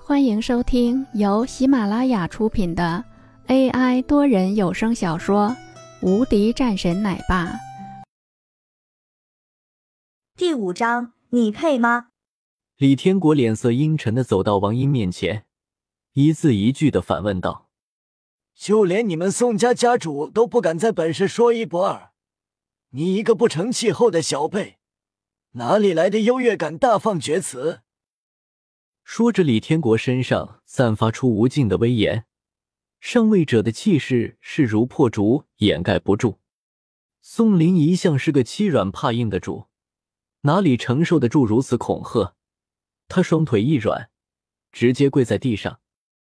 欢迎收听由喜马拉雅出品的 AI 多人有声小说《无敌战神奶爸》 第5章，你配吗？ 李天国脸色阴沉地走到王英面前，一字一句地反问道： 就连你们宋家家主都不敢在本市说一不二，你一个不成气候的小辈，哪里来的优越感大放厥词？ 说着，李天国身上散发出无尽的威严，上位者的气势势如破竹，掩盖不住。宋林一向是个欺软怕硬的主，哪里承受得住如此恐吓？他双腿一软，直接跪在地上。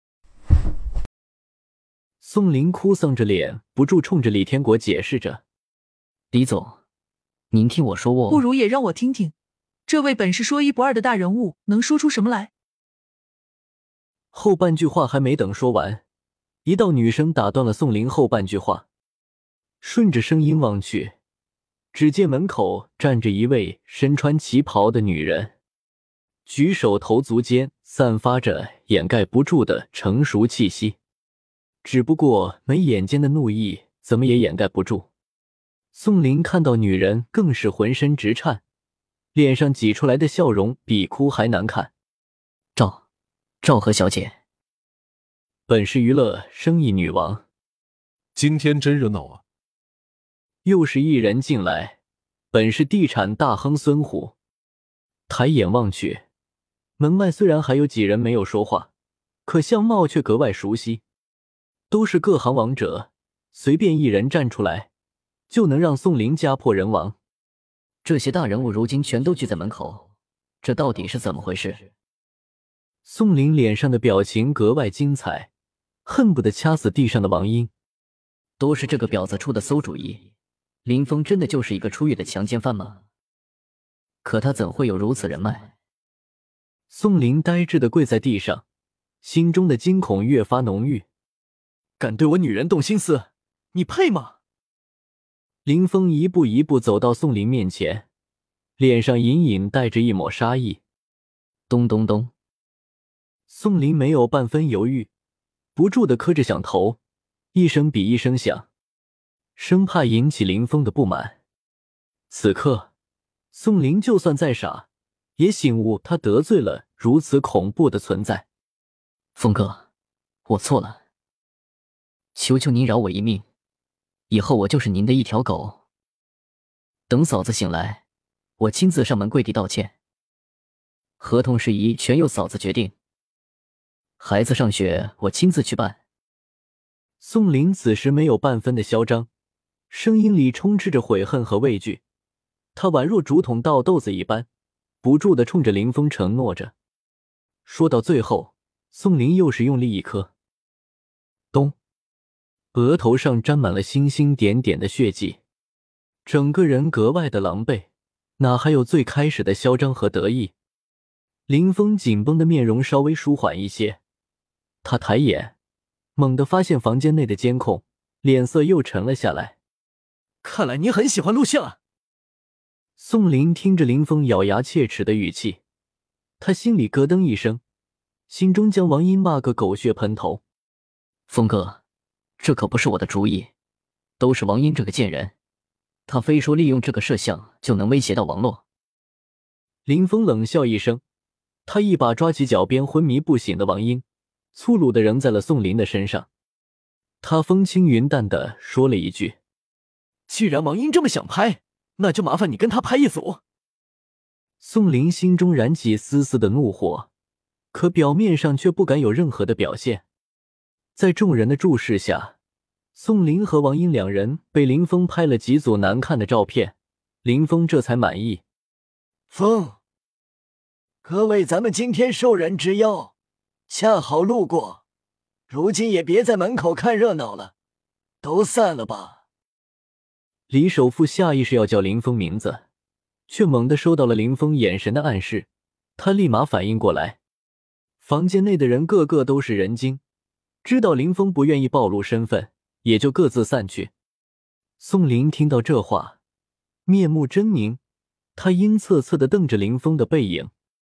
宋林哭丧着脸，不住冲着李天国解释着： 李总，您听我说不如也让我听听，这位本市说一不二的大人物能说出什么来。 后半句话还没等说完，一道女声打断了宋林后半句话。顺着声音望去，只见门口站着一位身穿旗袍的女人，举手投足间散发着掩盖不住的成熟气息，只不过眉眼间的怒意怎么也掩盖不住。宋林看到女人更是浑身直颤，脸上挤出来的笑容比哭还难看。 赵何小姐， 本市娱乐生意女王， 今天真热闹啊！ 又是一人进来，本市地产大亨孙虎。抬眼望去，门外虽然还有几人没有说话，可相貌却格外熟悉，都是各行王者，随便一人站出来，就能让宋林家破人亡。 这些大人物如今全都聚在门口，这到底是怎么回事？ 宋林脸上的表情格外精彩，恨不得掐死地上的王英。 都是这个婊子出的馊主意，林峰真的就是一个出狱的强奸犯吗？可他怎会有如此人脉？ 宋林呆滞地跪在地上，心中的惊恐越发浓郁。 敢对我女人动心思，你配吗？ 林峰一步一步走到宋林面前，脸上隐隐带着一抹杀意。 咚咚咚， 宋林没有半分犹豫，不住地磕着响头，一声比一声响，生怕引起林峰的不满。此刻，宋林就算再傻，也醒悟他得罪了如此恐怖的存在。 峰哥，我错了，求求您饶我一命，以后我就是您的一条狗。等嫂子醒来，我亲自上门跪地道歉。合同事宜全由嫂子决定，孩子上学我亲自去办。 宋林此时没有半分的嚣张，声音里充斥着悔恨和畏惧，他宛若竹筒倒豆子一般，不住地冲着林峰承诺着。说到最后，宋林又是用力一磕，咚，额头上沾满了星星点点的血迹，整个人格外的狼狈，哪还有最开始的嚣张和得意。林峰紧绷的面容稍微舒缓一些，他抬眼猛地发现房间内的监控，脸色又沉了下来。 看来你很喜欢录像啊。 宋林听着林峰咬牙切齿的语气，他心里咯噔一声，心中将王英骂个狗血喷头。 峰哥，这可不是我的主意，都是王英这个贱人，他非说利用这个摄像就能威胁到王洛。 林峰冷笑一声，他一把抓起脚边昏迷不醒的王英，粗鲁地扔在了宋林的身上。他风轻云淡地说了一句： 既然王英这么想拍，那就麻烦你跟他拍一组。 宋林心中燃起丝丝的怒火，可表面上却不敢有任何的表现。在众人的注视下，宋林和王英两人被林峰拍了几组难看的照片，林峰这才满意。 峰，各位，咱们今天受人之邀，恰好路过，如今也别在门口看热闹了，都散了吧。 李首富下意识要叫林峰名字，却猛地收到了林峰眼神的暗示，他立马反应过来。房间内的人个个都是人精，知道林峰不愿意暴露身份，也就各自散去。宋林听到这话，面目狰狞，他阴恻恻地瞪着林峰的背影。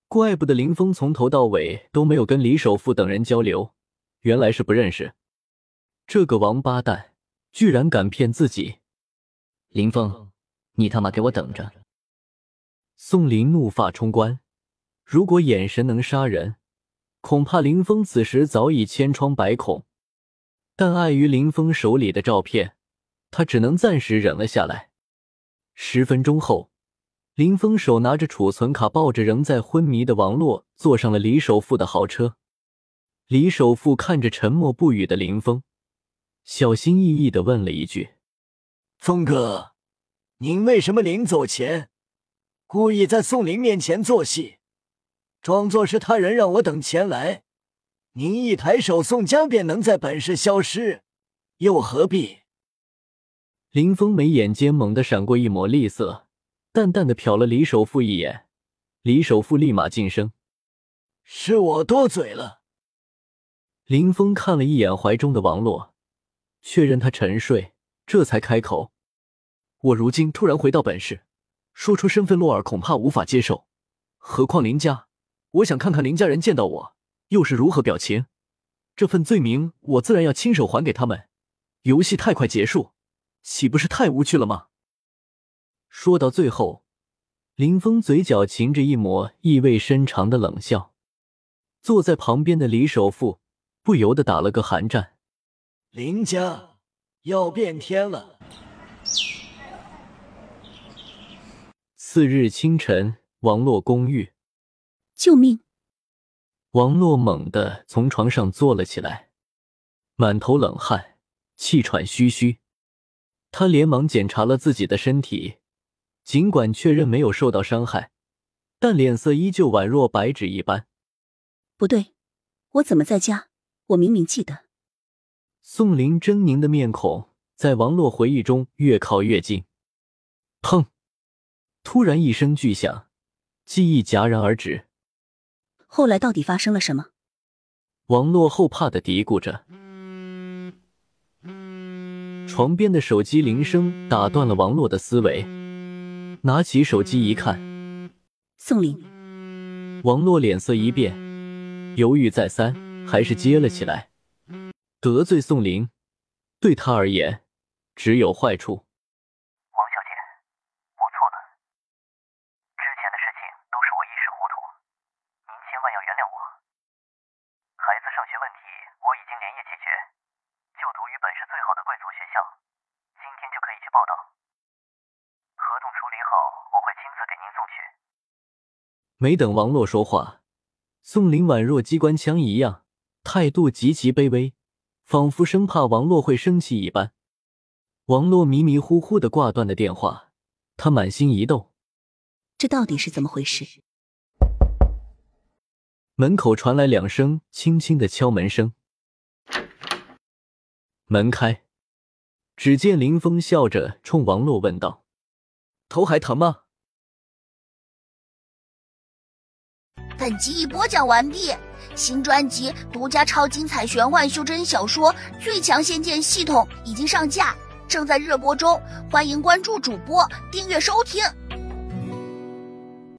怪不得林峰从头到尾都没有跟李守富等人交流，原来是不认识。这个王八蛋居然敢骗自己！ 林峰，你他妈给我等着！ 宋林怒发冲冠，如果眼神能杀人，恐怕林峰此时早已千疮百孔。但碍于林峰手里的照片，他只能暂时忍了下来。10分钟后，林峰手拿着储存卡，抱着仍在昏迷的王洛，坐上了李守富的豪车。李守富看着沉默不语的林峰，小心翼翼地问了一句： 峰哥，您为什么临走前故意在宋林面前做戏，装作是他人让我等前来？您一抬手，宋家便能在本市消失，又何必？ 林峰眉眼间猛地闪过一抹厉色，淡淡的瞟了李守富一眼。李守富立马噤声： 是我多嘴了。 林峰看了一眼怀中的王洛，确认他沉睡，这才开口：我如今突然回到本市，说出身份，洛儿恐怕无法接受，何况林家，我想看看林家人见到我又是如何表情，这份罪名我自然要亲手还给他们。游戏太快结束，岂不是太无趣了吗？说到最后，林峰嘴角噙着一抹意味深长的冷笑。坐在旁边的李守富不由得打了个寒战。 林家要变天了。 次日清晨，王洛公寓。 救命！ 王洛猛地从床上坐了起来，满头冷汗，气喘吁吁。他连忙检查了自己的身体，尽管确认没有受到伤害，但脸色依旧宛若白纸一般。 不对，我怎么在家？我明明记得。 宋林狰狞的面孔在王洛回忆中越靠越近。砰！突然一声巨响，记忆戛然而止。 后来到底发生了什么？ 王洛后怕地嘀咕着。床边的手机铃声打断了王洛的思维，拿起手机一看， 宋林。 王洛脸色一变，犹豫再三，还是接了起来。得罪宋林，对他而言只有坏处。 王小姐，我错了，之前的事情都是我一时糊涂，您千万要原谅我。孩子上学问题我已经连夜解决，就读于本市最好的贵族学校，今天就可以去报到。合同处理好，我会亲自给您送去。 没等王洛说话，宋林宛若机关枪一样，态度极其卑微，仿佛生怕王洛会生气一般。王洛迷迷糊糊地挂断了电话，他满心疑窦， 这到底是怎么回事？ 门口传来2声轻轻的敲门声。门开，只见林峰笑着冲王洛问道：头还疼吗？ 本集已播讲完毕，新专辑独家超精彩玄幻修真小说《最强仙剑系统》已经上架，正在热播中，欢迎关注主播，订阅收听。